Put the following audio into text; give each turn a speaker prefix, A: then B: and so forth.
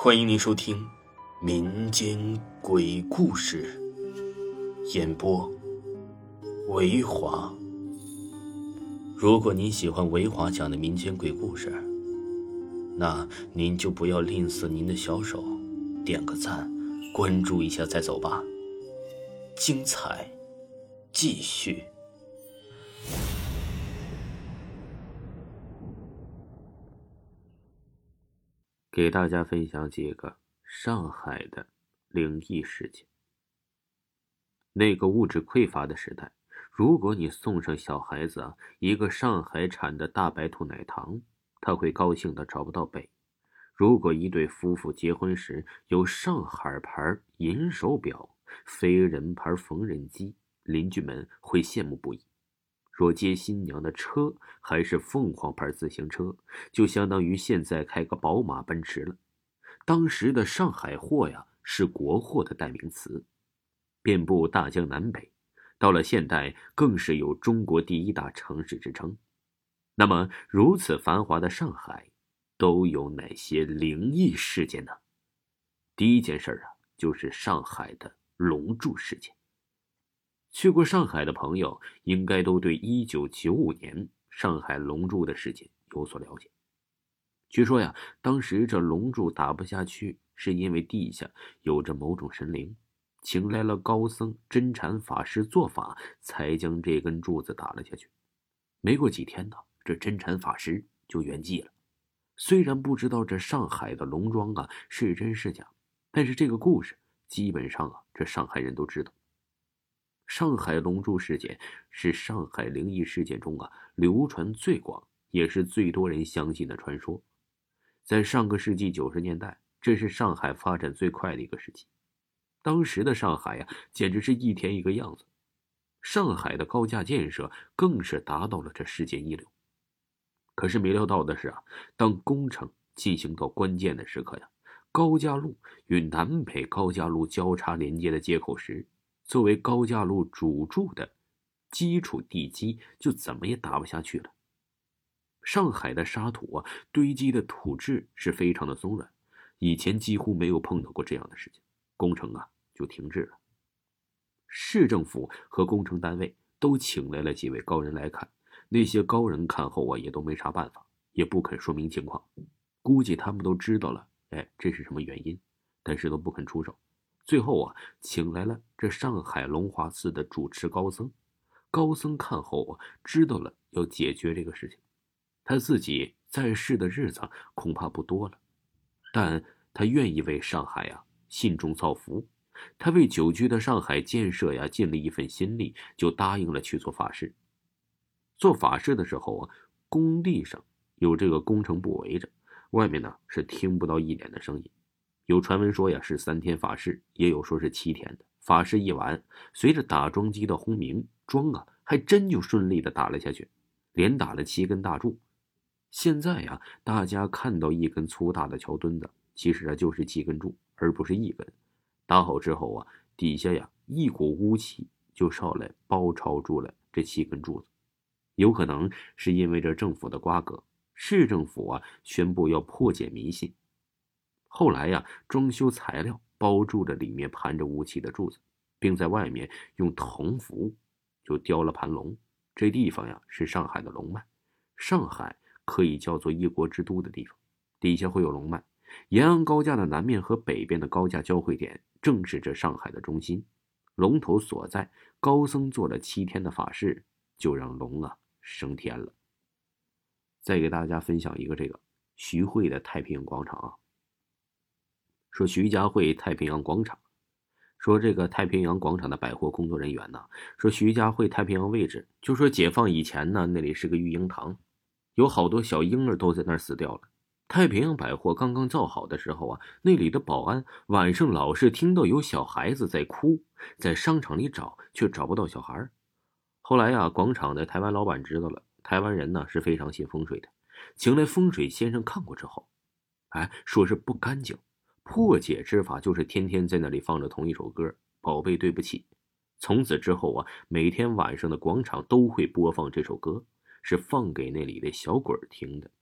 A: 欢迎您收听民间鬼故事演播维华。如果您喜欢维华讲的民间鬼故事，那您就不要吝啬您的小手，点个赞，关注一下再走吧。精彩继续。
B: 给大家分享几个上海的灵异事件。那个物质匮乏的时代，如果你送上小孩子一个上海产的大白兔奶糖，他会高兴的找不到北。如果一对夫妇结婚时有上海牌银手表、飞人牌缝纫机，邻居们会羡慕不已。若接新娘的车还是凤凰牌自行车，就相当于现在开个宝马奔驰了。当时的上海货是国货的代名词，遍布大江南北，到了现代更是有中国第一大城市之称。那么如此繁华的上海都有哪些灵异事件呢？第一件事就是上海的龙柱事件。去过上海的朋友应该都对1995年上海龙柱的事件有所了解。据说当时这龙柱打不下去，是因为地下有着某种神灵，请来了高僧真禅法师做法，才将这根柱子打了下去。没过几天这真禅法师就圆寂了。虽然不知道这上海的龙庄是真是假，但是这个故事基本上这上海人都知道。上海龙柱事件是上海灵异事件中流传最广也是最多人相信的传说。在上个世纪90年代，这是上海发展最快的一个时期。当时的上海简直是一天一个样子。上海的高架建设更是达到了这世界一流。可是没料到的是当工程进行到关键的时刻高架路与南北高架路交叉连接的接口时，作为高架路主柱的基础地基就怎么也打不下去了。上海的沙土堆积的土质是非常的松软，以前几乎没有碰到过这样的事情，工程就停滞了。市政府和工程单位都请来了几位高人来看，那些高人看后也都没啥办法，也不肯说明情况，估计他们都知道了这是什么原因，但是都不肯出手。最后请来了这上海龙华寺的主持高僧。高僧看后知道了要解决这个事情，他自己在世的日子恐怕不多了，但他愿意为上海信众造福。他为久居的上海建设尽了一份心力，就答应了去做法事。做法事的时候工地上有这个工程部围着，外面是听不到一点的声音。有传闻说是3天法事，也有说是7天的。法事一完，随着打桩机的轰鸣，桩还真就顺利的打了下去，连打了7根大柱。现在大家看到一根粗大的桥墩子，其实就是7根柱，而不是1根。打好之后底下一股雾气就上来包抄住了这7根柱子。有可能是因为这政府的瓜葛，市政府宣布要破解迷信。后来装修材料包住了里面盘着雾气的柱子，并在外面用铜符就雕了盘龙。这地方是上海的龙脉，上海可以叫做一国之都的地方，底下会有龙脉。延安高架的南面和北边的高架交汇点正是这上海的中心，龙头所在。高僧做了7天的法事，就让龙升天了。再给大家分享一个这个徐汇的太平洋广场说徐家汇太平洋广场，说这个太平洋广场的百货工作人员说徐家汇太平洋位置，就说解放以前那里是个育婴堂，有好多小婴儿都在那儿死掉了。太平洋百货刚刚造好的时候那里的保安晚上老是听到有小孩子在哭，在商场里找却找不到小孩。后来广场的台湾老板知道了，台湾人是非常信风水的，请来风水先生看过之后说是不干净，破解之法就是天天在那里放着同一首歌，宝贝对不起。从此之后每天晚上的广场都会播放这首歌，是放给那里的小鬼听的。